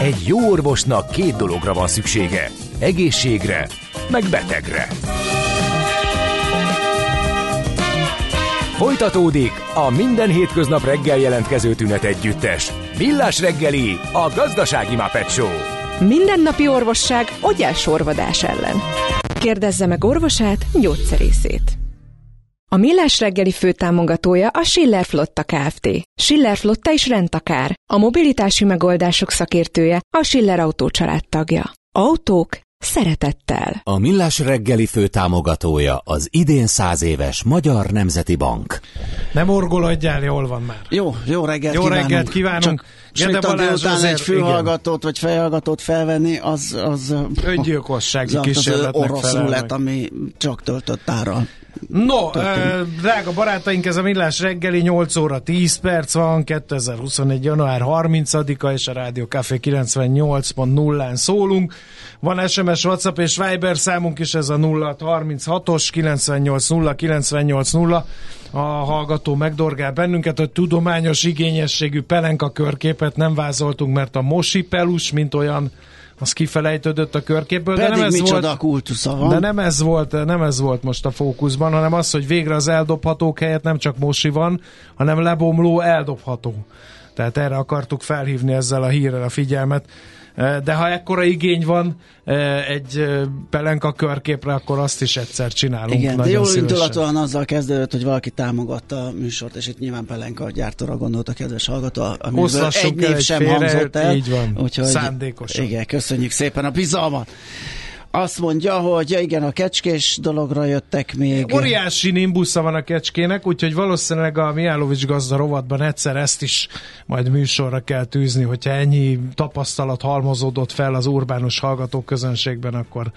Egy jó orvosnak 2 dologra van szüksége. Egészségre, meg betegre. Folytatódik a minden hétköznap reggel jelentkező tünet együttes. Millás reggeli, a gazdasági Muppet Show. Mindennapi orvosság ogyásorvadás ellen. Kérdezze meg orvosát, gyógyszerészét. A Millás reggeli főtámogatója a Schiller Flotta Kft. Schiller Flotta is rendtakár. A mobilitási megoldások szakértője, a Schiller Autó család tagja. Autók szeretettel. A Millás reggeli főtámogatója az idén 100 éves Magyar Nemzeti Bank. Nem orgolodjál, jól van már. Jó reggelt kívánunk. Gede Balázs egy fülhallgatót vagy fejhallgatót felvenni, az öngyilkossági kísérletnek orosz rulett, ami csak töltött árral. No, drága barátaink, ez a Millás reggeli, 8 óra 10 perc van, 2021. január 30-a, és a Rádió Café 98.0-án szólunk. Van SMS, WhatsApp és Viber számunk is, ez a 0636-os 980980. A hallgató megdorgál bennünket, hogy tudományos igényességű pelenka körképet nem vázoltunk, mert a mosi pelus, mint olyan, az kifelejtődött a körképből. Pedig de nem ez micsoda kultusza van. De nem ez volt most a fókuszban, hanem az, hogy végre az eldobhatók helyett nem csak mosi van, hanem lebomló eldobható. Tehát erre akartuk felhívni ezzel a hírrel a figyelmet. De ha ekkora igény van egy pelenka körképre, akkor azt is egyszer csinálunk. Igen, de jól indulatúan azzal kezdődött, hogy valaki támogatta a műsort, és itt nyilván pelenka gyártóra gondolt a kedves hallgató, amiből egy név sem hangzott el. Így van, úgyhogy, szándékosan. Igen, köszönjük szépen a bizalmat. Azt mondja, hogy ja igen, a kecskés dologra jöttek még. Óriási nimbusza van a kecskének, úgyhogy valószínűleg a Mijálovics gazda rovatban egyszer ezt is majd műsorra kell tűzni, hogyha ennyi tapasztalat halmozódott fel az urbánus hallgatók közönségben, akkor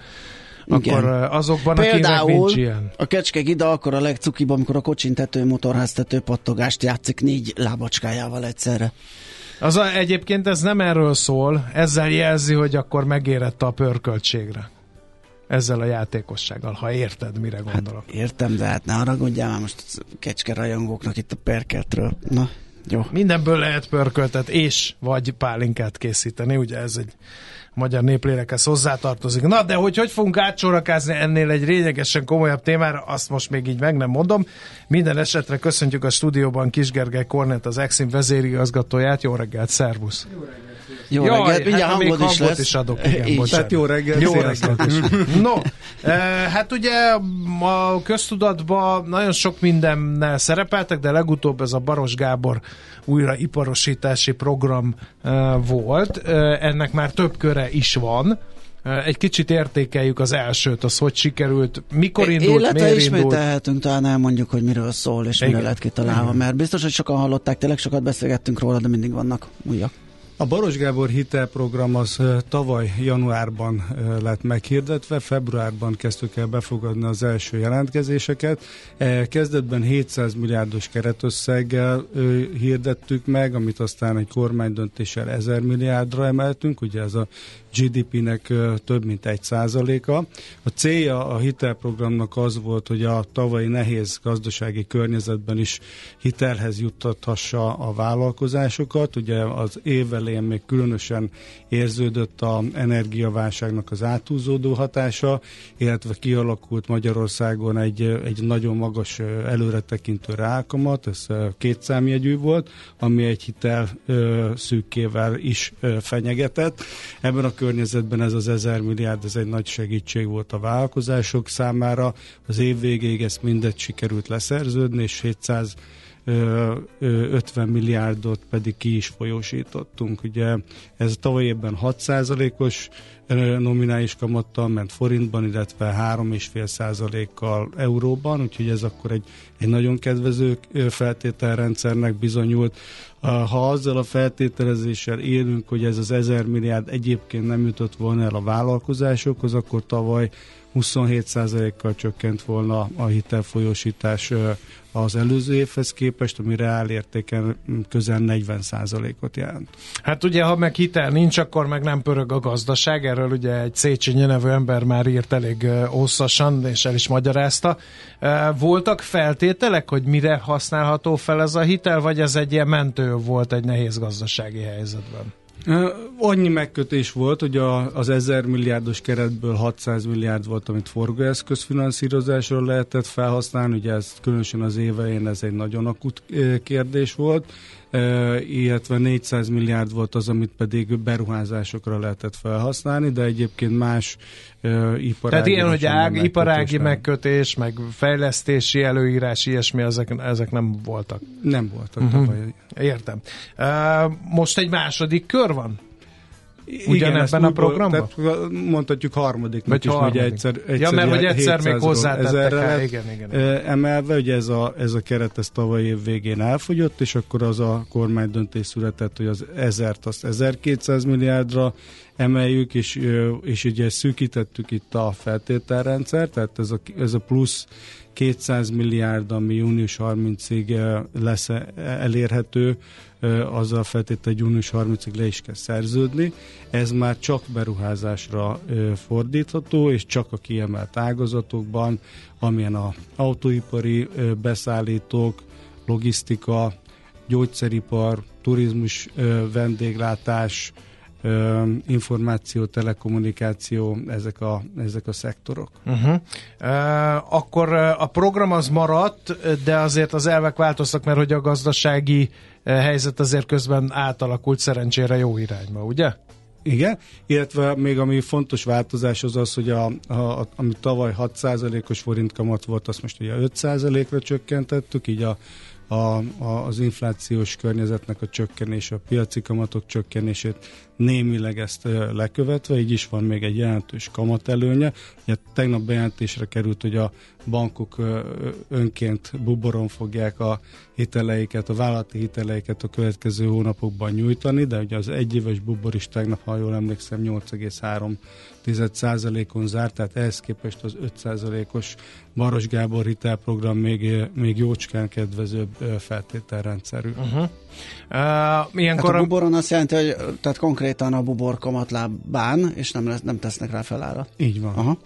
azokban, akinek nincs ilyen. A kecske Gida akkor a legcukibb, amikor a kocsintető, motorháztető pattogást játszik 4 lábacskájával egyszerre. Egyébként ez nem erről szól, ezzel jelzi, hogy akkor megérette a pörköltségre. Ezzel a játékossággal, ha érted, mire gondolok. Hát értem, de hát ne haragudjál már most kecske rajongóknak itt a perkertről. Na, jó. Mindenből lehet pörköltet és vagy pálinkát készíteni, ugye ez egy magyar néplélekhez hozzátartozik. Na, de hogy fogunk átsorakázni ennél egy lényegesen komolyabb témára, azt most még így meg nem mondom. Minden esetre köszöntjük a stúdióban Kis Gergely Kornett, az Exim vezérigazgatóját. Jó reggelt, szervusz! Jó reggelt, mindjárt hangod is lesz. Is adok, igen, tehát jó reggelt, jó reggelt is. No, hát ugye a köztudatban nagyon sok mindennel szerepeltek, de legutóbb ez a Baros Gábor újraiparosítási program volt. Ennek már több köre is van. Egy kicsit értékeljük az elsőt, az hogy sikerült, mikor indult, miért indult. Ismételhetünk, talán elmondjuk, hogy miről szól, és mire lett kitalálva, mert biztos, hogy sokan hallották, tényleg sokat beszélgettünk róla, de mindig vannak újak. A Baros Gábor hitelprogram az tavaly januárban lett meghirdetve, februárban kezdtük el befogadni az első jelentkezéseket. Kezdetben 700 milliárdos keretösszeggel hirdettük meg, amit aztán egy kormánydöntéssel 1000 milliárdra emeltünk, ugye ez a GDP-nek több mint 1%-a. A célja a hitelprogramnak az volt, hogy a tavalyi nehéz gazdasági környezetben is hitelhez juttathassa a vállalkozásokat. Ugye az év elején még különösen érződött az energiaválságnak az áthúzódó hatása, illetve kialakult Magyarországon egy nagyon magas előretekintő reálkamat, ez 2 számjegyű volt, ami egy hitel szűkkével is fenyegetett. Ebben a környezetben ez az 1000 milliárd, ez egy nagy segítség volt a vállalkozások számára. Az év végéig ezt mindet sikerült leszerződni, és 750 milliárdot pedig ki is folyósítottunk. Ugye ez tavaly évben 6%-os nominális kamattal ment forintban, illetve 3,5%-kal euróban, úgyhogy ez akkor egy nagyon kedvező feltételrendszernek bizonyult. Ha azzal a feltételezéssel élünk, hogy ez az 1000 milliárd egyébként nem jutott volna el a vállalkozásokhoz, akkor tavaly 27%-kal csökkent volna a hitelfolyósítás az előző évhez képest, ami reál értéken közel 40%-ot jelent. Hát ugye, ha meg hitel nincs, akkor meg nem pörög a gazdaság, erről ugye egy Széchenyi nevű ember már írt elég hosszasan, és el is magyarázta. Voltak feltételek, hogy mire használható fel ez a hitel, vagy ez egy ilyen mentő volt egy nehéz gazdasági helyzetben? Annyi megkötés volt, hogy az 1000 milliárdos keretből 600 milliárd volt, amit forgóeszközfinanszírozásra lehetett felhasználni, ugye ez különösen az évelején ez egy nagyon akut kérdés volt, illetve 400 milliárd volt az, amit pedig beruházásokra lehetett felhasználni, de egyébként más iparági... Tehát ilyen, hogy iparági megkötés, meg fejlesztési előírás, ilyesmi, ezek nem voltak. Nem voltak. Tavaly. Értem. Most egy második kör van? Ugyanebben a programban? Tehát mondhatjuk harmadiknak is, hogy egyszer mert hogy egyszer még hozzátettek el. Igen. Emelve, ugye ez a keret ez tavaly év végén elfogyott, és akkor az a kormány döntés született, hogy az 1000-t azt 1200 milliárdra emeljük, és ugye szűkítettük itt a feltételrendszer, tehát ez a plusz 200 milliárd, ami június 30-ig lesz elérhető, azzal feltétlenül június 30-ig le is kell szerződni. Ez már csak beruházásra fordítható, és csak a kiemelt ágazatokban, amilyen az autóipari beszállítók, logisztika, gyógyszeripar, turizmus, vendéglátás, információ, telekommunikáció, ezek a szektorok. Akkor a program az maradt, de azért az elvek változtak, mert hogy a gazdasági helyzet azért közben átalakult szerencsére jó irányba, ugye? Igen, illetve még ami fontos változás az, hogy ami tavaly 6%-os forintkamat volt, azt most ugye 5%-ra csökkentettük, így az inflációs környezetnek a csökkenése, a piaci kamatok csökkenését némileg ezt lekövetve, így is van még egy jelentős kamatelőnye. Ugye tegnap bejelentésre került, hogy a bankok önként buboron fogják a hiteleiket, a vállalati hiteleiket a következő hónapokban nyújtani, de ugye az egyéves bubor is tegnap, ha jól emlékszem, 8,3%-on zárt, tehát ehhez képest az 5%-os Baross Gábor hitelprogram még jócskán kedvezőbb feltételrendszerű. Ilyenkor a buboron azt jelenti, hogy tehát konkrétan a bubor kamatlábán, és nem tesznek rá felárat. Így van. Aha.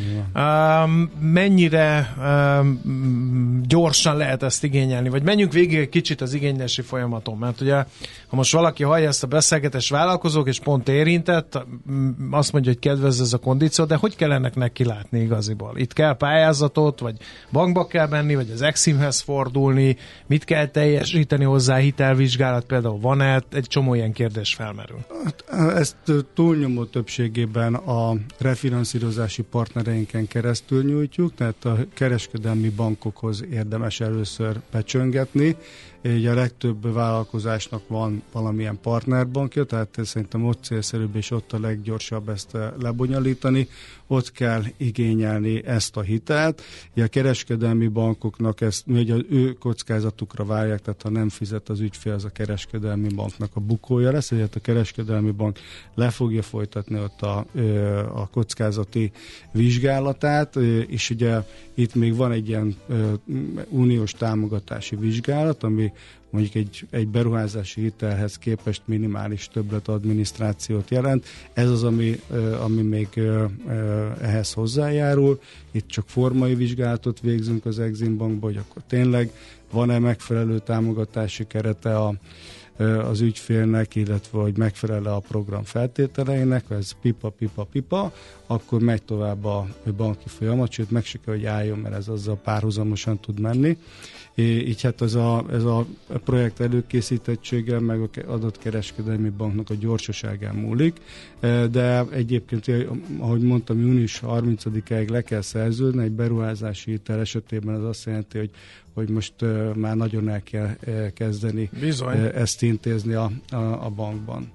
Mennyire gyorsan lehet ezt igényelni? Vagy menjünk végig egy kicsit az igénylési folyamaton, mert ugye, ha most valaki hallja ezt a beszélgetést, vállalkozók, és pont érintett, azt mondja, hogy kedvez ez a kondíció, de hogy kell ennek neki látni igaziból? Itt kell pályázatot, vagy bankba kell menni, vagy az Eximhez fordulni, mit kell teljesíteni hozzá, hitelvizsgálat például van-e? Egy csomó ilyen kérdés felmerül. Ezt túlnyomó többségében a refinanszírozási partnereinken keresztül nyújtjuk, tehát a kereskedelmi bankokhoz érdemes először becsöngetni. Ugye a legtöbb vállalkozásnak van valamilyen partnerbankja, tehát szerintem ott célszerűbb és ott a leggyorsabb ezt lebonyolítani. Ott kell igényelni ezt a hitelt. Ugye a kereskedelmi bankoknak ezt, ugye az ő kockázatukra várják, tehát ha nem fizet az ügyfél, az a kereskedelmi banknak a bukója lesz, ezért a kereskedelmi bank le fogja folytatni ott a kockázati vizsgálatát, és ugye itt még van egy ilyen uniós támogatási vizsgálat, ami mondjuk egy beruházási hitelhez képest minimális többlet adminisztrációt jelent. Ez az, ami még ehhez hozzájárul. Itt csak formai vizsgálatot végzünk az Exim Bankban, hogy akkor tényleg van-e megfelelő támogatási kerete az ügyfélnek, illetve hogy megfelel-e a program feltételeinek, ez pipa, akkor megy tovább a banki folyamat, sőt meg se kell, hogy álljon, mert ez azzal párhuzamosan tud menni. Így hát ez a projekt előkészítettsége meg az adott kereskedelmi banknak a gyorsaságán múlik, de egyébként, ahogy mondtam, június 30-áig le kell szerződni, egy beruházási hitel esetében az azt jelenti, hogy most már nagyon el kell kezdeni ezt intézni a bankban.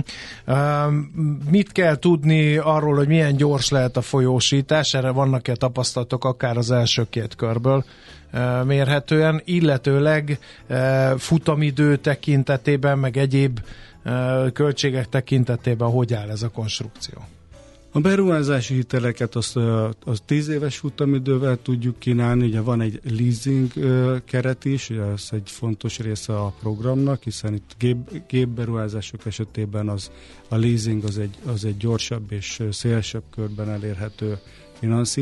Mit kell tudni arról, hogy milyen gyors lehet a folyósítás? Erre vannak-e tapasztalatok akár az első két körből mérhetően, illetőleg futamidő tekintetében, meg egyéb költségek tekintetében hogy áll ez a konstrukció? A beruházási hiteleket az 10 éves futamidővel tudjuk kínálni, ugye van egy leasing keret is, ez egy fontos része a programnak, hiszen itt gépberuházások esetében a leasing az egy gyorsabb és szélesebb körben elérhető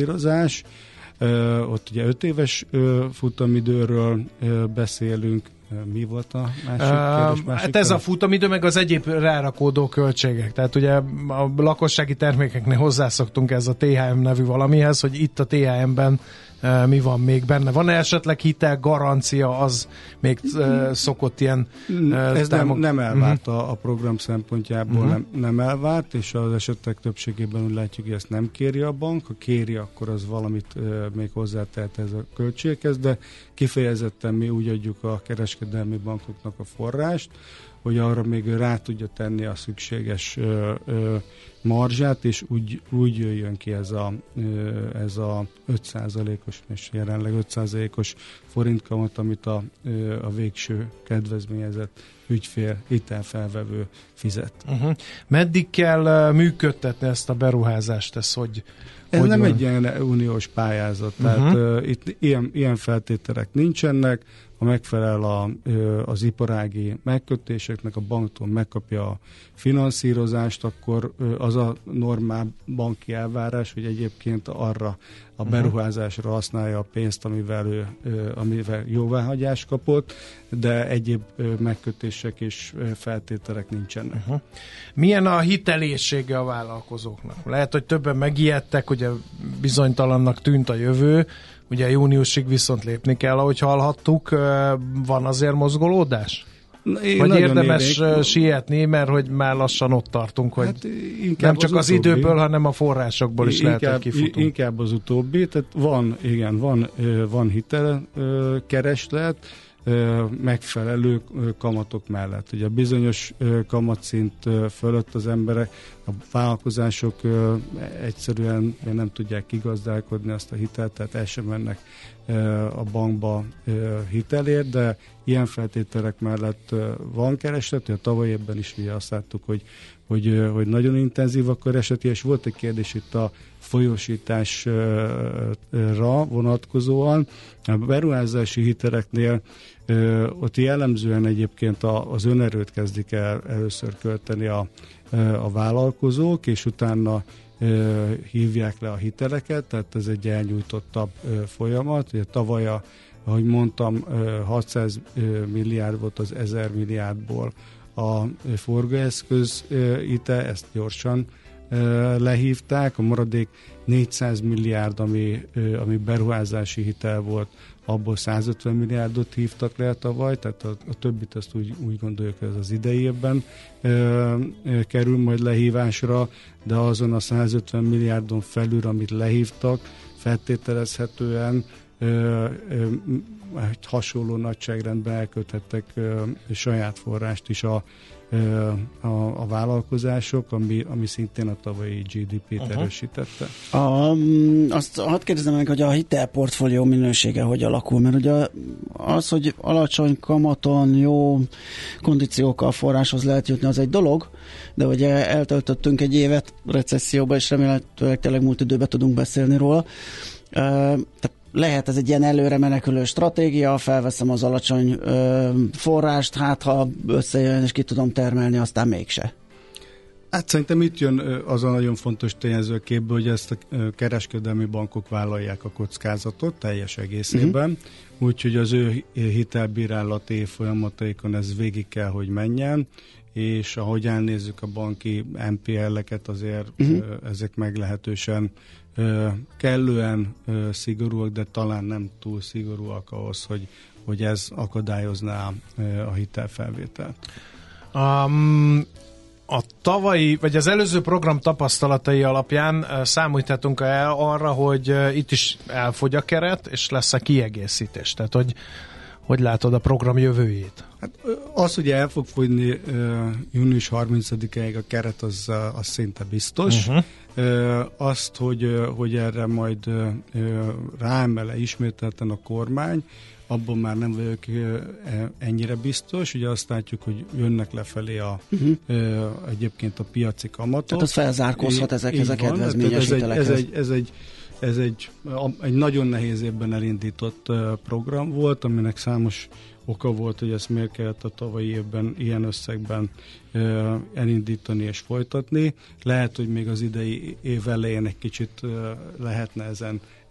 finanszírozás. Ott ugye 5 éves futamidőről beszélünk, mi volt a másik kérdés? Hát ez a futamidő, meg az egyéb rárakódó költségek. Tehát ugye a lakossági termékeknél hozzászoktunk ez a THM nevű valamihez, hogy itt a THM-ben mi van még benne? Van-e esetleg hitel, garancia, az még szokott ilyen... Ez nem elvárt a program szempontjából, nem elvárt, és az esetek többségében úgy látjuk, hogy ezt nem kéri a bank. Ha kéri, akkor az valamit még hozzátehet ez a költséghez, de kifejezetten mi úgy adjuk a kereskedelmi bankoknak a forrást, hogy arra még rá tudja tenni a szükséges marzsát, és úgy jöjjön ki ez a 5%-os, és jelenleg 5%-os forintkamat, amit a végső kedvezményezett ügyfél, hitelfelvevő fizet. Meddig kell működtetni ezt a beruházást? Ez nem van? Egy ilyen uniós pályázat, tehát itt ilyen feltételek nincsenek, ha megfelel az iparági megkötéseknek, a banktól megkapja a finanszírozást, akkor az a normál banki elvárás, hogy egyébként arra a beruházásra használja a pénzt, amivel jóváhagyást kapott, de egyéb megkötések és feltételek nincsenek. Milyen a hitelészsége a vállalkozóknak? Lehet, hogy többen megijedtek, ugye bizonytalannak tűnt a jövő, ugye júniusig viszont lépni kell, ahogy hallhattuk. Van azért mozgolódás? Vagy érdemes sietni, mert hogy már lassan ott tartunk, hogy nem csak az időből, hanem a forrásokból is lehet, hogy kifutunk. Inkább az utóbbi, tehát van hitelkereslet, megfelelő kamatok mellett. Ugye a bizonyos kamatszint fölött az emberek, a vállalkozások egyszerűen nem tudják kigazdálkodni azt a hitelt, tehát el sem mennek a bankba hitelért, de ilyen feltételek mellett van kereslet. A tavaly évben is ugye azt láttuk, hogy nagyon intenzív a kereslet, és volt egy kérdés itt a folyósításra vonatkozóan. A beruházási hiteleknél ott jellemzően egyébként az önerőt kezdik el először költeni a vállalkozók, és utána hívják le a hiteleket, tehát ez egy elnyújtottabb folyamat. Ugye tavaly, ahogy mondtam, 600 milliárd volt az 1000 milliárdból a forgóeszköz hitel, ezt gyorsan lehívták, a maradék 400 milliárd, ami beruházási hitel volt, abból 150 milliárdot hívtak le tavaly, tehát a többit azt úgy gondoljuk, hogy ez az idei évben kerül majd lehívásra, de azon a 150 milliárdon felül, amit lehívtak, feltételezhetően hasonló nagyságrendben elköthettek saját forrást is a vállalkozások, ami szintén a tavalyi GDP-t erősítette. Azt hadd kérdezem meg, hogy a hitelportfólió minősége hogy alakul, mert ugye az, hogy alacsony kamaton, jó kondíciókkal forráshoz lehet jutni, az egy dolog, de ugye eltöltöttünk egy évet recesszióba, és remélhetőleg tényleg múlt időben tudunk beszélni róla. Tehát lehet ez egy ilyen előre menekülő stratégia, felveszem az alacsony forrást, hát ha összejön és ki tudom termelni, aztán mégse. Hát szerintem itt jön az a nagyon fontos tényező képből, hogy ezt a kereskedelmi bankok vállalják a kockázatot teljes egészében, úgyhogy az ő hitelbírálati folyamataikon ez végig kell, hogy menjen, és ahogy elnézzük a banki NPL-eket, azért ezek meglehetősen kellően szigorúak, de talán nem túl szigorúak ahhoz, hogy ez akadályozná a hitelfelvételt. A tavalyi, vagy az előző program tapasztalatai alapján számíthatunk el arra, hogy itt is elfogy a keret, és lesz a kiegészítés. Tehát, hogy látod a program jövőjét? Hát az, hogy el fog fogyni június 30-ig a keret, az szinte biztos. Azt, hogy erre majd ráemele ismételten a kormány, abban már nem vagyok ennyire biztos. Ugye azt látjuk, hogy jönnek lefelé egyébként a piaci kamatok. Tehát az felzárkózhat ezekhez a kedvezményes hitelekhez. Ez egy nagyon nehéz évben elindított program volt, aminek számos oka volt, hogy ezt miért kellett a tavalyi évben ilyen összegben elindítani és folytatni. Lehet, hogy még az idei év elején egy kicsit lehetne ezen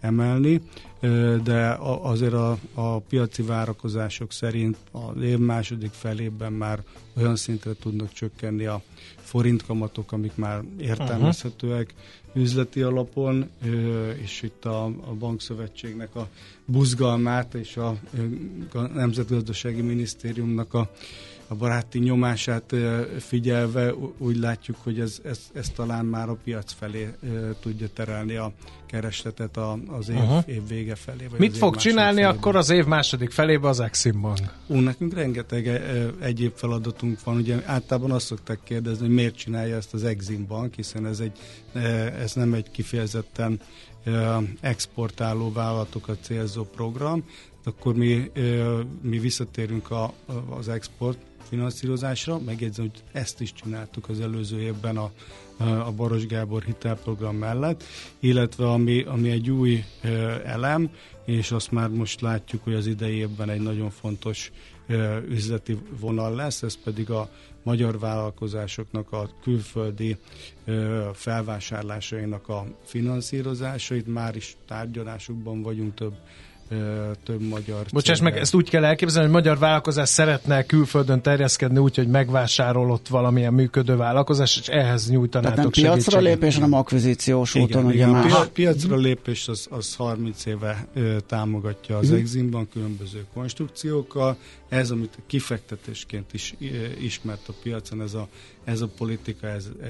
emelni, de azért a piaci várakozások szerint az év második felében már olyan szintre tudnak csökkenni a forintkamatok, amik már értelmezhetőek üzleti alapon, és itt a Bankszövetségnek a buzgalmát és a Nemzetgazdasági Minisztériumnak a baráti nyomását figyelve úgy látjuk, hogy ez talán már a piac felé tudja terelni a keresletet az év vége felé. Mit fog csinálni felében? Akkor az év második felébe az Exim Bank? Nekünk rengeteg egyéb feladatunk van. Ugye általában azt szokták kérdezni, hogy miért csinálja ezt az Exim Bank, hiszen ez nem egy kifejezetten exportáló vállalatokat célzó program. Akkor mi visszatérünk az export finanszírozásra. Megjegyzem, hogy ezt is csináltuk az előző évben a Baross Gábor hitelprogram mellett, illetve ami egy új elem, és azt már most látjuk, hogy az idei évben egy nagyon fontos üzleti vonal lesz, ez pedig a magyar vállalkozásoknak a külföldi felvásárlásainak a finanszírozása. Itt már is tárgyalásokban vagyunk több magyar Bocsáss meg, ezt úgy kell elképzelni, hogy magyar vállalkozás szeretne külföldön terjeszkedni úgy, hogy megvásárolott valamilyen működő vállalkozás, és ehhez nyújtanátok segítséget. Tehát nem piacra lépés, hanem akvizíciós úton. Igen, a piacra lépés az 30 éve támogatja az Exim Bank különböző konstrukciókkal. Ez, amit kifektetésként is ismert a piacon, ez a politika,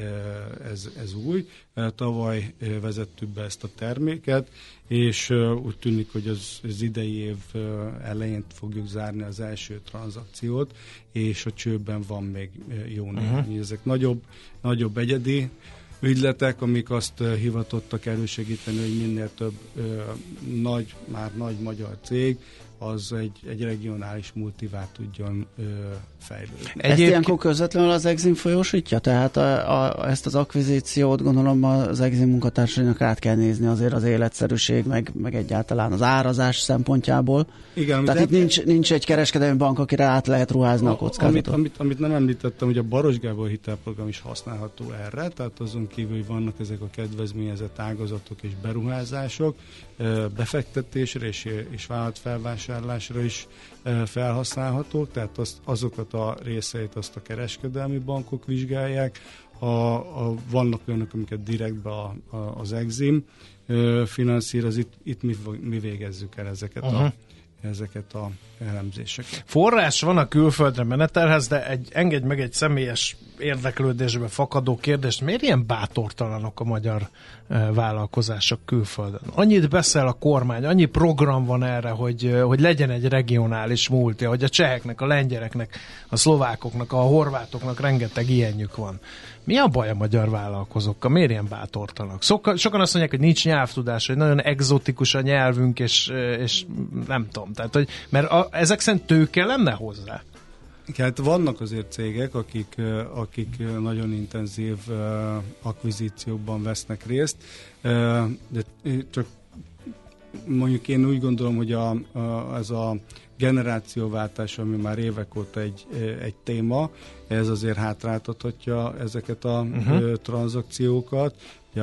ez új. Tavaly vezettük be ezt a terméket, és úgy tűnik, hogy az idei év elején fogjuk zárni az első tranzakciót, és a csőben van még jó néhány. Ezek nagyobb egyedi ügyletek, amik azt hivatottak elősegíteni, hogy minél több nagy magyar cég az egy regionális multivá tudjon fejlődni. Ezt ilyenkor közvetlenül az Exim folyósítja? Tehát ezt az akvizíciót gondolom az Exim munkatársainak át kell nézni azért az életszerűség, meg egyáltalán az árazás szempontjából. Igen, tehát itt nincs egy kereskedelmi bank, akire át lehet ruházni a kockázatot. Amit nem említettem, hogy a Baross Gábor hitelprogram is használható erre, tehát azon kívül vannak ezek a kedvezményezett ágazatok és beruházások, befektetésre és vállalatfelvásárlásra is felhasználhatók, tehát azokat a részeit azt a kereskedelmi bankok vizsgálják. Vannak olyanok, amiket direktbe az Exim finanszíroz, itt mi végezzük el ezeket a elemzéseket. Forrás van a külföldre menetelhez, de engedj meg egy személyes érdeklődésbe fakadó kérdést. Miért ilyen bátortalanok a magyar vállalkozások külföldön? Annyit beszél a kormány, annyi program van erre, hogy legyen egy regionális multi, hogy a cseheknek, a lengyeleknek, a szlovákoknak, a horvátoknak rengeteg ilyenjük van. Mi a baj a magyar vállalkozókkal? Miért ilyen bátortalanok? Sokan azt mondják, hogy nincs nyelvtudás, hogy nagyon egzotikus a nyelvünk, és nem tudom. Tehát, mert ezek szerint tőke lenne hozzá? Hát vannak azért cégek, akik nagyon intenzív akvizíciókban vesznek részt, de csak mondjuk én úgy gondolom, hogy ez a generációváltás, ami már évek óta egy téma, ez azért hátráltathatja ezeket a tranzakciókat.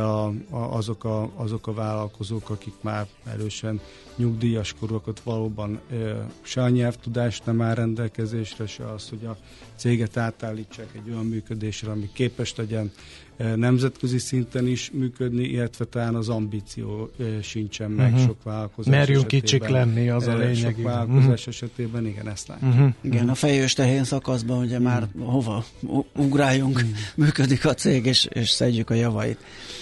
Azok a vállalkozók, akik már erősen nyugdíjas korúakat valóban se a nyelvtudást nem áll rendelkezésre, se az, hogy a céget átállítsák egy olyan működésre, ami képes legyen nemzetközi szinten is működni, illetve talán az ambíció sincsen meg sok vállalkozás merjünk esetében. Kicsik lenni, az a lényeg. Sok vállalkozás esetében, igen, ezt látjuk. Igen, a fejős tehén szakaszban ugye már hova ugráljunk, működik a cég, és szedjük a javait.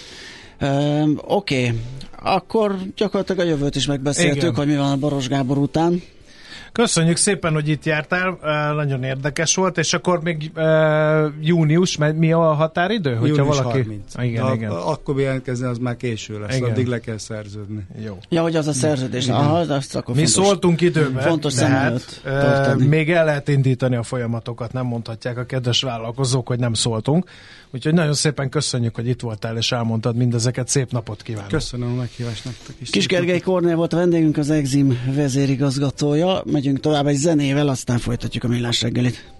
Oké, akkor gyakorlatilag a jövőt is megbeszéltük, igen, hogy mi van a Baross Gábor után. Köszönjük szépen, hogy itt jártál, nagyon érdekes volt, és akkor még június, mi a határidő? Június valaki... 30. Igen. Akkor jelentkezni, az már késő lesz, igen, addig le kell szerződni. Jó. Ja, hogy az a szerződés. Azt akkor mi szóltunk időben, fontos szem előtt tartani. Még el lehet indítani a folyamatokat, nem mondhatják a kedves vállalkozók, hogy nem szóltunk. Úgyhogy nagyon szépen köszönjük, hogy itt voltál, és elmondtad mindezeket. Szép napot kívánok! Köszönöm a meghívást nektek is. Kis Gergely Kornél volt a vendégünk, az Exim vezérigazgatója. Megyünk tovább egy zenével, aztán folytatjuk a Millás reggelit.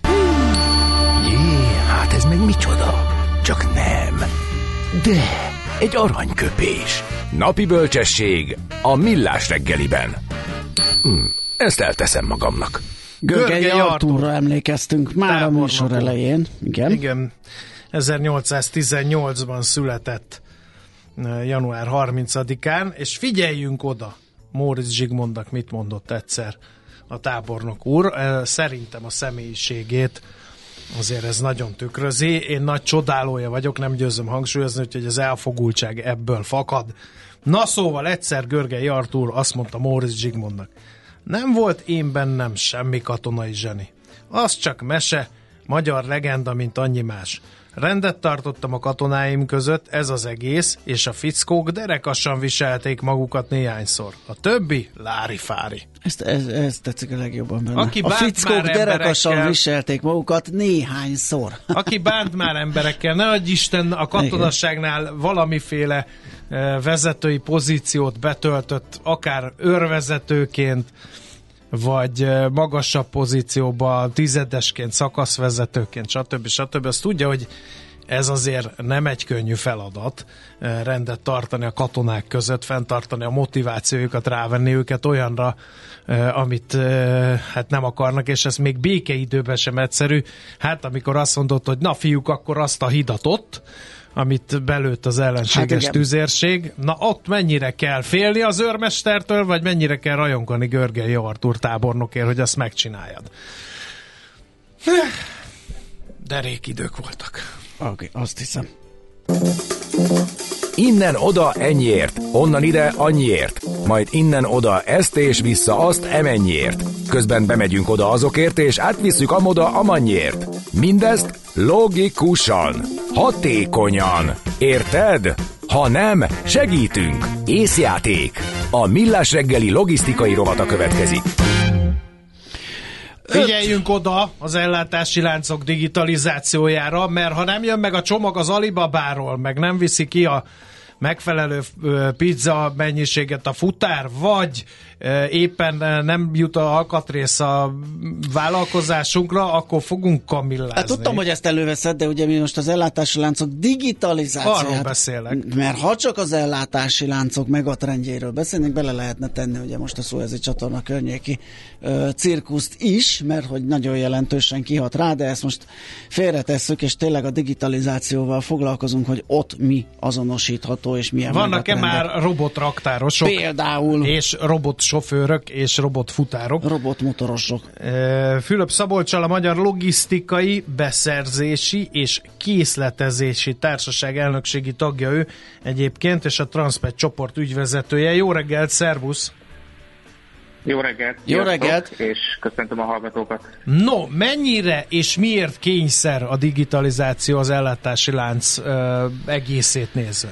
Hát ez meg micsoda? Csak nem. De egy aranyköpés. Napi bölcsesség a Millás reggeliben. Ezt elteszem magamnak. Görgei Artúrra emlékeztünk már a műsor elején. Igen. 1818-ban született január 30-án, és figyeljünk oda, Móricz Zsigmondnak mit mondott egyszer a tábornok úr. Szerintem a személyiségét azért ez nagyon tükrözi. Én nagy csodálója vagyok, nem győzöm hangsúlyozni, hogy az elfogultság ebből fakad. Na szóval egyszer Görgei Artúr azt mondta Móricz Zsigmondnak: nem volt én bennem semmi katonai zseni. Az csak mese, magyar legenda, mint annyi más. Rendet tartottam a katonáim között, ez az egész, és a fickók derekassan viselték magukat néhányszor. A többi lári-fári. Ez tetszik a legjobban benne. Aki a fickók derekassan viselték magukat néhányszor. Aki bánt már emberekkel, ne adj Isten, a katonasságnál valamiféle vezetői pozíciót betöltött, akár őrvezetőként, vagy magasabb pozícióban, tizedesként, szakaszvezetőként, stb. Azt tudja, hogy ez azért nem egy könnyű feladat, rendet tartani a katonák között, fenntartani a motivációjukat, rávenni őket olyanra, amit hát nem akarnak, és ez még békeidőben sem egyszerű. Hát amikor azt mondod, hogy na fiúk, akkor azt a hidat ott, amit belőtt az ellenséges tüzérség. Na ott mennyire kell félni az őrmestertől, vagy mennyire kell rajongani Görgei Artúr tábornokért, hogy azt megcsináljad. De régi idők voltak. Oké, azt hiszem. Innen oda ennyiért, onnan ide annyiért, majd innen oda ezt és vissza azt emennyiért. Közben bemegyünk oda azokért, és átvisszük amoda amannyiért. Mindezt logikusan, hatékonyan. Érted? Ha nem, segítünk. Észjáték. A Millás reggeli logisztikai rovata következik. Figyeljünk oda az ellátási láncok digitalizációjára, mert ha nem jön meg a csomag az Alibabáról, meg nem viszi ki a megfelelő pizza mennyiséget a futár, vagy éppen nem jut a alkatrész a vállalkozásunkra, akkor fogunk kamillázni. Hát tudtam, hogy ezt előveszed, de ugye mi most az ellátási láncok digitalizációját. Arról beszélek. Mert ha csak az ellátási láncok megatrendjéről beszélnénk, bele lehetne tenni ugye most a Szuezi csatorna környéki cirkuszt is, mert hogy nagyon jelentősen kihat rá, de ezt most félretesszük, és tényleg a digitalizációval foglalkozunk, hogy ott mi azonosítható, és milyen vannak-e már robotraktárosok? Például. És robotsofőrök, és robotfutárok. Robotmotorosok. Fülöp Szabolccsal, a Magyar Logisztikai, Beszerzési és Készletezési Társaság elnökségi tagja ő egyébként, és a Transpet csoport ügyvezetője. Jó reggelt, szervusz! Jó reggelt! Jó reggelt! És köszöntöm a hallgatókat! No, mennyire és miért kényszer a digitalizáció az ellátási lánc egészét nézve?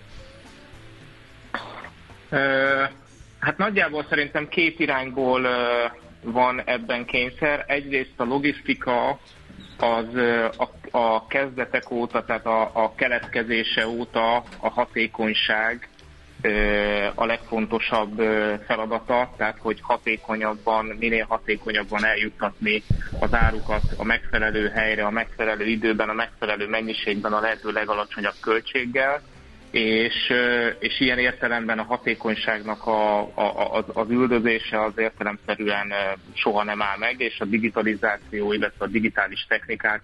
Hát nagyjából szerintem két irányból van ebben kényszer. Egyrészt a logisztika az a kezdetek óta, tehát a keletkezése óta a hatékonyság a legfontosabb feladata, tehát hogy minél hatékonyabban eljuttatni az árukat a megfelelő helyre, a megfelelő időben, a megfelelő mennyiségben, a lehető legalacsonyabb költséggel, és ilyen értelemben a hatékonyságnak az üldözése az értelemszerűen soha nem áll meg, és a digitalizáció, illetve a digitális technikák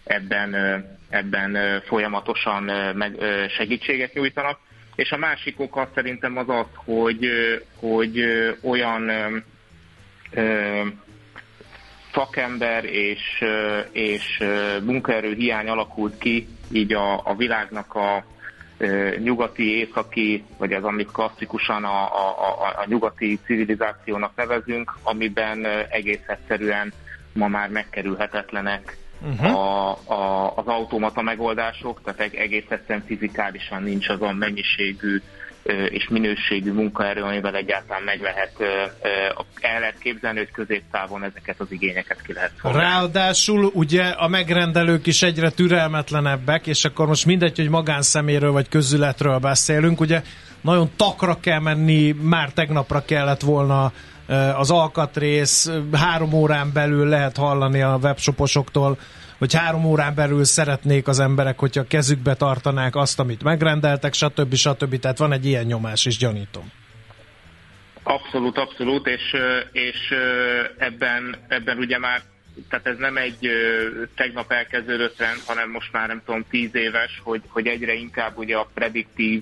ebben folyamatosan segítséget nyújtanak. És a másik oka szerintem az, hogy olyan szakember és munkaerő hiány alakult ki így a világnak a nyugati, északi, vagy az, amit klasszikusan a nyugati civilizációnak nevezünk, amiben egész egyszerűen ma már megkerülhetetlenek az automata megoldások, tehát egész egyszerűen fizikálisan nincs azon mennyiségű és minőségű munkaerő, amivel egyáltalán el lehet képzelni, hogy középtávon ezeket az igényeket ki lehet szolgálni. Ráadásul ugye a megrendelők is egyre türelmetlenebbek, és akkor most mindegy, hogy magánszeméről vagy közületről beszélünk, ugye nagyon takra kell menni, már tegnapra kellett volna az alkatrész, 3 órán belül lehet hallani a webshoposoktól, hogy 3 órán belül szeretnék az emberek, hogyha kezükbe tartanák azt, amit megrendeltek, stb. Tehát van egy ilyen nyomás is, gyanítom. Abszolút, és ebben ugye már, tehát ez nem egy tegnap elkezdődött trend, hanem most már nem tudom 10 éves, hogy egyre inkább ugye a prediktív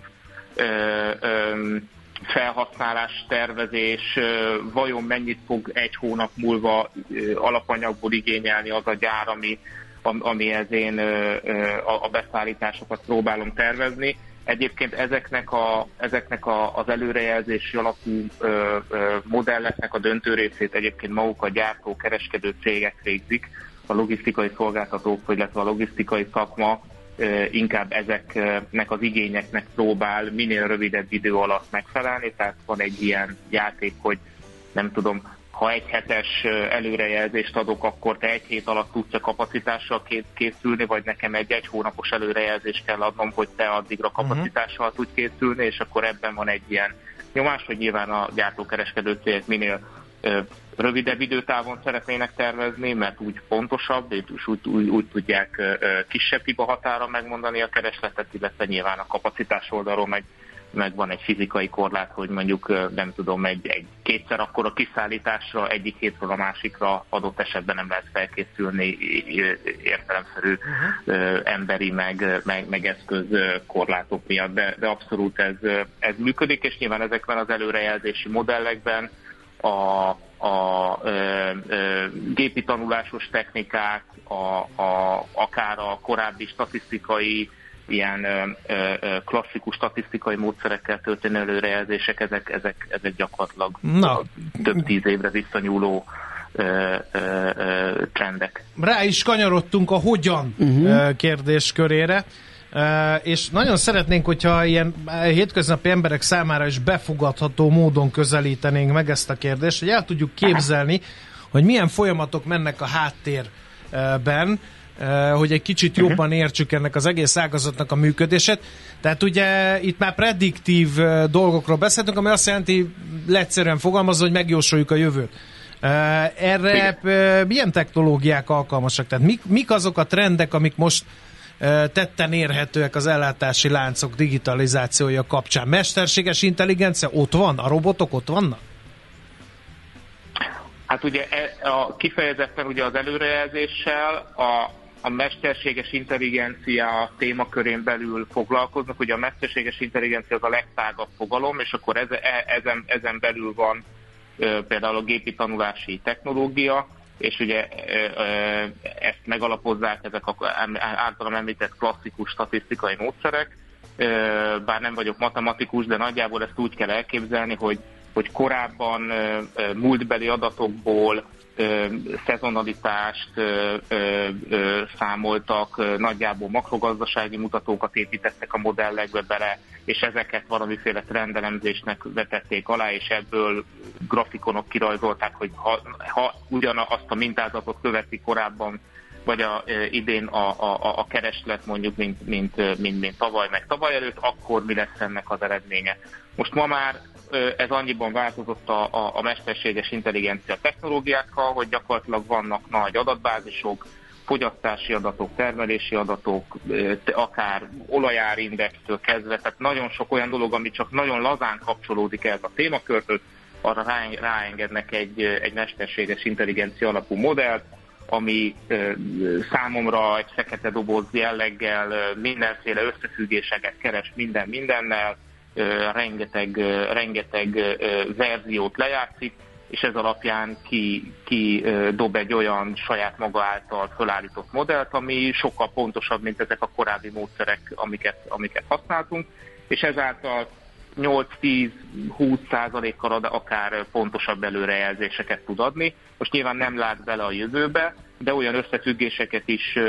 felhasználás, tervezés, vajon mennyit fog egy hónap múlva alapanyagból igényelni az a gyár, amihez én a beszállításokat próbálom tervezni. Egyébként ezeknek az előrejelzési alapú modelleknek a döntő részét egyébként maguk a gyártó, kereskedő cégek végzik, a logisztikai szolgáltatók, illetve a logisztikai szakma inkább ezeknek az igényeknek próbál minél rövidebb idő alatt megfelelni, tehát van egy ilyen játék, hogy nem tudom, ha egy hetes előrejelzést adok, akkor te egy hét alatt tudsz a kapacitással készülni, vagy nekem egy hónapos előrejelzést kell adnom, hogy te addigra kapacitással tudj készülni, és akkor ebben van egy ilyen nyomás, hogy nyilván a gyártókereskedő cégek minél rövidebb időtávon szeretnének tervezni, mert úgy pontosabb, és úgy tudják kisebb hibahatára megmondani a keresletet, illetve nyilván a kapacitás oldalról meg van egy fizikai korlát, hogy mondjuk nem tudom, egy kétszer akkora kiszállításra egyik hétről a másikra adott esetben nem lehet felkészülni értelemszerű emberi meg eszköz korlátok miatt, de abszolút ez működik, és nyilván ezekben az előrejelzési modellekben a gépi tanulásos technikák, akár a korábbi statisztikai, ilyen klasszikus statisztikai módszerekkel történő előrejelzések, ezek gyakorlatilag több 10 évre visszanyúló trendek. Rá is kanyarodtunk a hogyan kérdéskörére, és nagyon szeretnénk, hogyha ilyen hétköznapi emberek számára is befogadható módon közelítenénk meg ezt a kérdést, hogy el tudjuk képzelni, hogy milyen folyamatok mennek a háttérben, hogy egy kicsit jobban értsük ennek az egész ágazatnak a működését. Tehát ugye itt már prediktív dolgokról beszéltünk, ami azt jelenti, leegyszerűen fogalmazva, hogy megjósoljuk a jövőt. Erre milyen technológiák alkalmasak? Tehát mik azok a trendek, amik most tetten érhetőek az ellátási láncok digitalizációja kapcsán? Mesterséges intelligencia ott van? A robotok ott vannak? Hát ugye kifejezetten ugye az előrejelzéssel a mesterséges intelligencia témakörén belül foglalkoznak. Ugye a mesterséges intelligencia az a legtágabb fogalom, és akkor ezen belül van például a gépi tanulási technológia, és ugye ezt megalapozzák ezek az általam említett klasszikus statisztikai módszerek. Bár nem vagyok matematikus, de nagyjából ezt úgy kell elképzelni, hogy korábban múltbeli adatokból szezonalitást számoltak, nagyjából makrogazdasági mutatókat építettek a modellekbe bele, és ezeket valamiféle trendelemzésnek vetették alá, és ebből grafikonok kirajzolták, hogy ha ugyanazt a mintázatot követi korábban, vagy idén a kereslet mondjuk, mint tavaly, meg tavaly előtt, akkor mi lesz ennek az eredménye. Most ma már ez annyiban változott a mesterséges intelligencia technológiákkal, hogy gyakorlatilag vannak nagy adatbázisok, fogyasztási adatok, termelési adatok, akár olajárindextől kezdve, tehát nagyon sok olyan dolog, ami csak nagyon lazán kapcsolódik ehhez a témakörhöz, arra ráengednek egy mesterséges intelligencia alapú modellt, ami számomra egy fekete doboz jelleggel mindenféle összefüggéseket keres mindennel, rengeteg verziót lejátszik, és ez alapján ki dob egy olyan saját maga által felállított modellt, ami sokkal pontosabb, mint ezek a korábbi módszerek, amiket használtunk, és ezáltal 8-10-20%-kal akár pontosabb előrejelzéseket tud adni. Most nyilván nem lát bele a jövőbe, de olyan összefüggéseket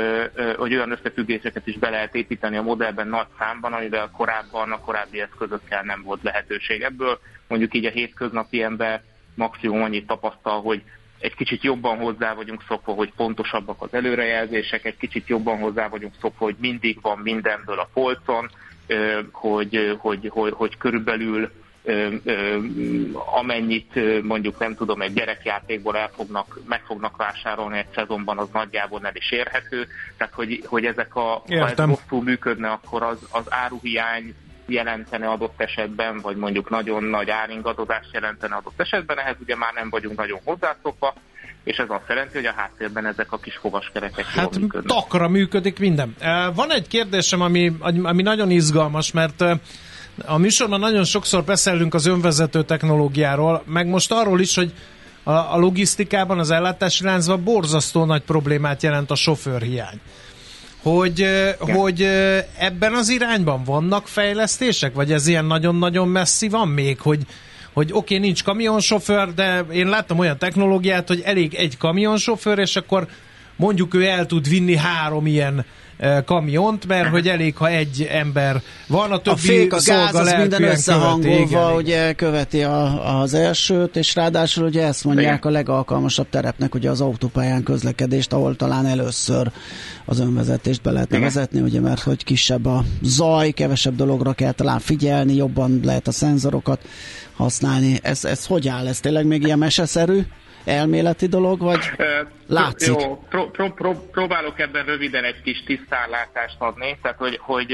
is be lehet építeni a modellben nagy számban, amivel korábban a korábbi eszközökkel nem volt lehetőség. Ebből mondjuk így a hétköznapi ember maximum annyit tapasztal, hogy egy kicsit jobban hozzá vagyunk szokva, hogy pontosabbak az előrejelzések, egy kicsit jobban hozzá vagyunk szokva, hogy mindig van mindenből a polcon, hogy körülbelül amennyit mondjuk nem tudom, egy gyerekjátékból meg fognak vásárolni egy szezonban, az nagyjából nem is érhető. Tehát, hogy ezek ha ez rosszul működne, akkor az áruhiány jelentene adott esetben, vagy mondjuk nagyon nagy áringadozást jelentene adott esetben, ehhez ugye már nem vagyunk nagyon hozzászokva, és ez azt jelenti, hogy a háttérben ezek a kis fogaskerekek jól működnek. Takra működik minden. Van egy kérdésem, ami nagyon izgalmas, mert a műsorban nagyon sokszor beszélünk az önvezető technológiáról, meg most arról is, hogy a logisztikában, az ellátási láncban borzasztó nagy problémát jelent a sofőrhiány. Hogy ebben az irányban vannak fejlesztések, vagy ez ilyen nagyon-nagyon messzi van még, hogy oké, nincs kamionsofőr, de én láttam olyan technológiát, hogy elég egy kamionsofőr, és akkor mondjuk ő el tud vinni 3 ilyen kamiont, mert hogy elég, ha egy ember van, a többi a fék, a gáz, az minden összehangolva, ugye követi az elsőt, és ráadásul ugye ezt mondják a legalkalmasabb terepnek, ugye az autópályán közlekedést, ahol talán először az önvezetést be lehetne vezetni, ugye, mert hogy kisebb a zaj, kevesebb dologra kell talán figyelni, jobban lehet a szenzorokat használni. Ez hogy áll? Ez tényleg még ilyen meseszerű? Elméleti dolog, vagy látszik? Jó, próbálok ebben röviden egy kis tisztánlátást adni, tehát hogy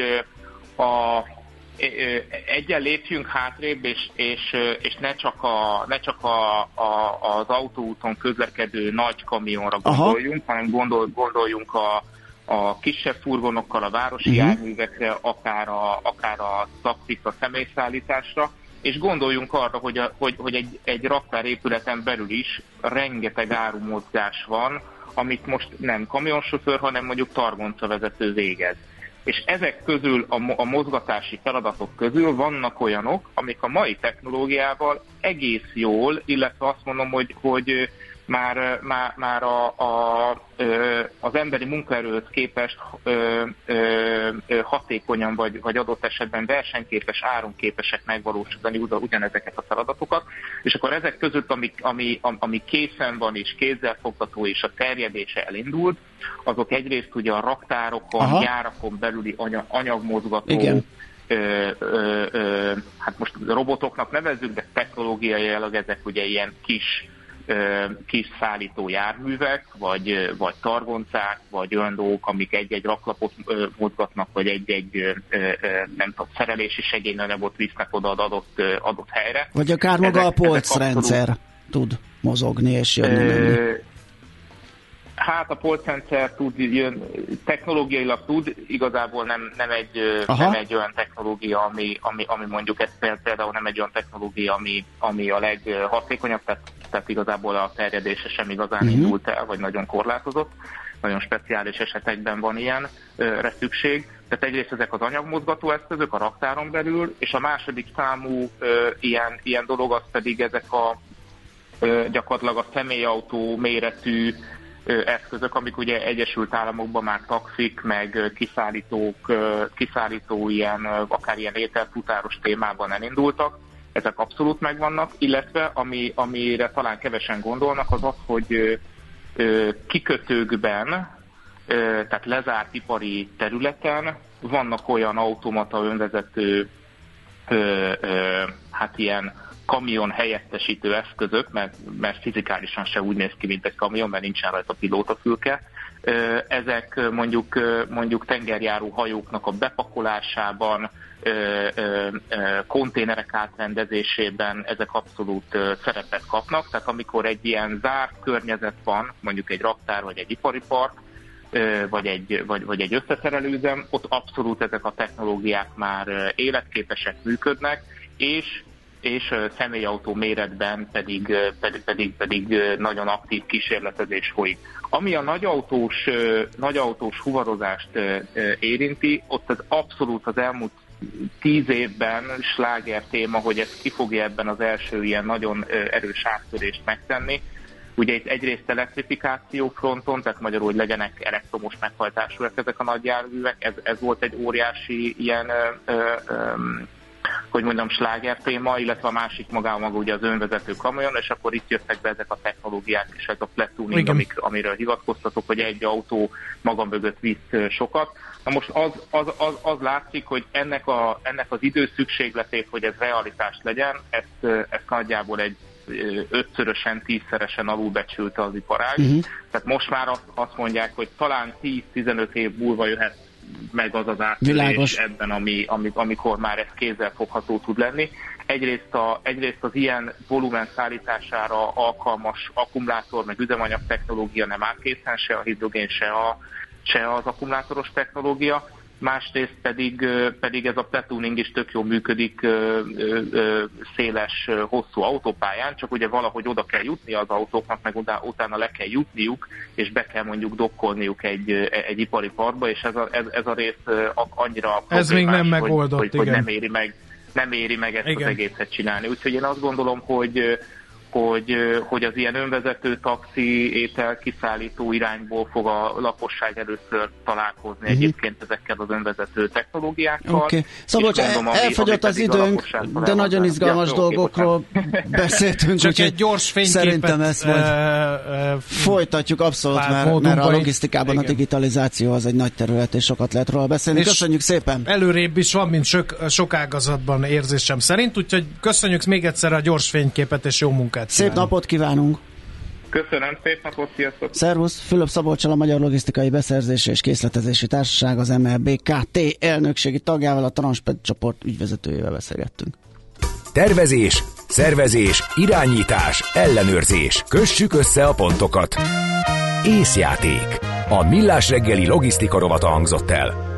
egyen lépjünk hátrébb, és ne csak az autóúton közlekedő nagy kamionra gondoljunk, hanem gondoljunk a kisebb furgonokkal, a városi járművekre, akár a taxikra, személyszállításra, és gondoljunk arra, hogy egy raktárépületen belül is rengeteg árumozgás van, amit most nem kamionsofőr, hanem mondjuk targoncavezető végez. És ezek közül, a mozgatási feladatok közül vannak olyanok, amik a mai technológiával egész jól, illetve azt mondom, hogy már az emberi munkaerőhöz képest hatékonyan vagy adott esetben versenyképes, áronképesek megvalósítani ugyanezeket a feladatokat, és akkor ezek között, ami készen van és kézzelfogható és a terjedése elindult, azok egyrészt ugye a raktárokon, gyárakon belüli anyagmozgató, hát most robotoknak nevezzük, de technológiailag ezek ugye ilyen kis szállító járművek, vagy targoncák, vagy olyan dolgok, amik egy-egy raklapot mozgatnak, vagy egy nem tudom, szerelési segélyanyagot visznek oda az adott helyre. Vagy akár maga a polcrendszer tud mozogni és jönni. Hát a polcrendszer technológiailag tud, igazából nem egy olyan technológia, ami mondjuk ez például nem egy olyan technológia, ami a leghatékonyabb, tehát igazából a terjedése sem igazán indult el, vagy nagyon korlátozott. Nagyon speciális esetekben van ilyenre szükség. Tehát egyrészt ezek az anyagmozgató eszközök a raktáron belül, és a második számú ilyen dolog az pedig ezek gyakorlatilag a személyautó méretű eszközök, amik ugye Egyesült Államokban már taxik, meg kiszállító ilyen, akár ilyen ételfutáros témában elindultak. Ezek abszolút megvannak, illetve amire talán kevesen gondolnak, az az, hogy kikötőkben, tehát lezárt ipari területen vannak olyan automata önvezető, hát ilyen kamion helyettesítő eszközök, mert fizikálisan se úgy néz ki, mint egy kamion, mert nincsen rajta pilótafülke. Ezek mondjuk tengerjáró hajóknak a bepakolásában, konténerek átrendezésében ezek abszolút szerepet kapnak. Tehát amikor egy ilyen zárt környezet van, mondjuk egy raktár vagy egy ipari park, vagy egy összeszerelőüzem, ott abszolút ezek a technológiák már életképesek, működnek, és személyautó méretben pedig nagyon aktív kísérletezés folyik. Ami a nagyautós fuvarozást érinti, ott az abszolút az elmúlt 10 évben sláger téma, hogy ez ki fogja ebben az első ilyen nagyon erős áttörést megtenni. Ugye itt egyrészt elektrifikáció fronton, tehát magyarul, hogy legyenek elektromos meghajtásúak ezek a nagy járművek, ez volt egy óriási ilyen mondjam, sláger téma, illetve a másik maga ugye az önvezető kamion, és akkor itt jöttek be ezek a technológiák, és ez a platooning, amiről hivatkoztatok, hogy egy autó maga mögött visz sokat. Na most az látszik, hogy ennek az időszükségletét, hogy ez realitás legyen, ezt nagyjából egy 5-szörösen, 10-szeresen alulbecsülte az iparág. Tehát most már azt mondják, hogy talán 10-15 év múlva jöhet meg az áttörés ebben, amikor már ez kézzelfogható tud lenni. Egyrészt az ilyen volumen szállítására alkalmas akkumulátor, meg üzemanyag technológia nem áll készen, se a hidrogén, se az akkumulátoros technológia. Másrészt pedig ez a platooning is tök jól működik széles, hosszú autópályán, csak ugye valahogy oda kell jutni az autóknak, meg utána le kell jutniuk, és be kell mondjuk dokkolniuk egy ipari parkba, és ez a rész annyira ez még nem megoldott, hogy nem éri meg ezt az egészet csinálni. Úgyhogy én azt gondolom, hogy az ilyen önvezető taxi, étel kiszállító irányból fog a lakosság először találkozni egyébként ezekkel az önvezető technológiákkal. Okay. Szabolcs, elfogyott az időnk, de nagyon izgalmas dolgokról beszéltünk, csak egy gyors fényképet szerintem ezt majd folytatjuk abszolút, mert a logisztikában a digitalizáció az egy nagy terület, és sokat lehet róla beszélni. És köszönjük szépen! Előrébb is van, mint sok ágazatban érzésem szerint, úgyhogy köszönjük még egyszer a gyors fényképet, és jó munkát! Szép napot kívánunk! Köszönöm, szép napot, sziasztok! Szervusz! Fülöp Szabolccsal, a Magyar Logisztikai Beszerzési és Készletezési Társaság, az MLB Kft. Elnökségi tagjával, a Transped csoport ügyvezetőjével beszélgettünk. Tervezés, szervezés, irányítás, ellenőrzés. Kössük össze a pontokat. Észjáték. A Millás reggeli logisztika rovata hangzott el.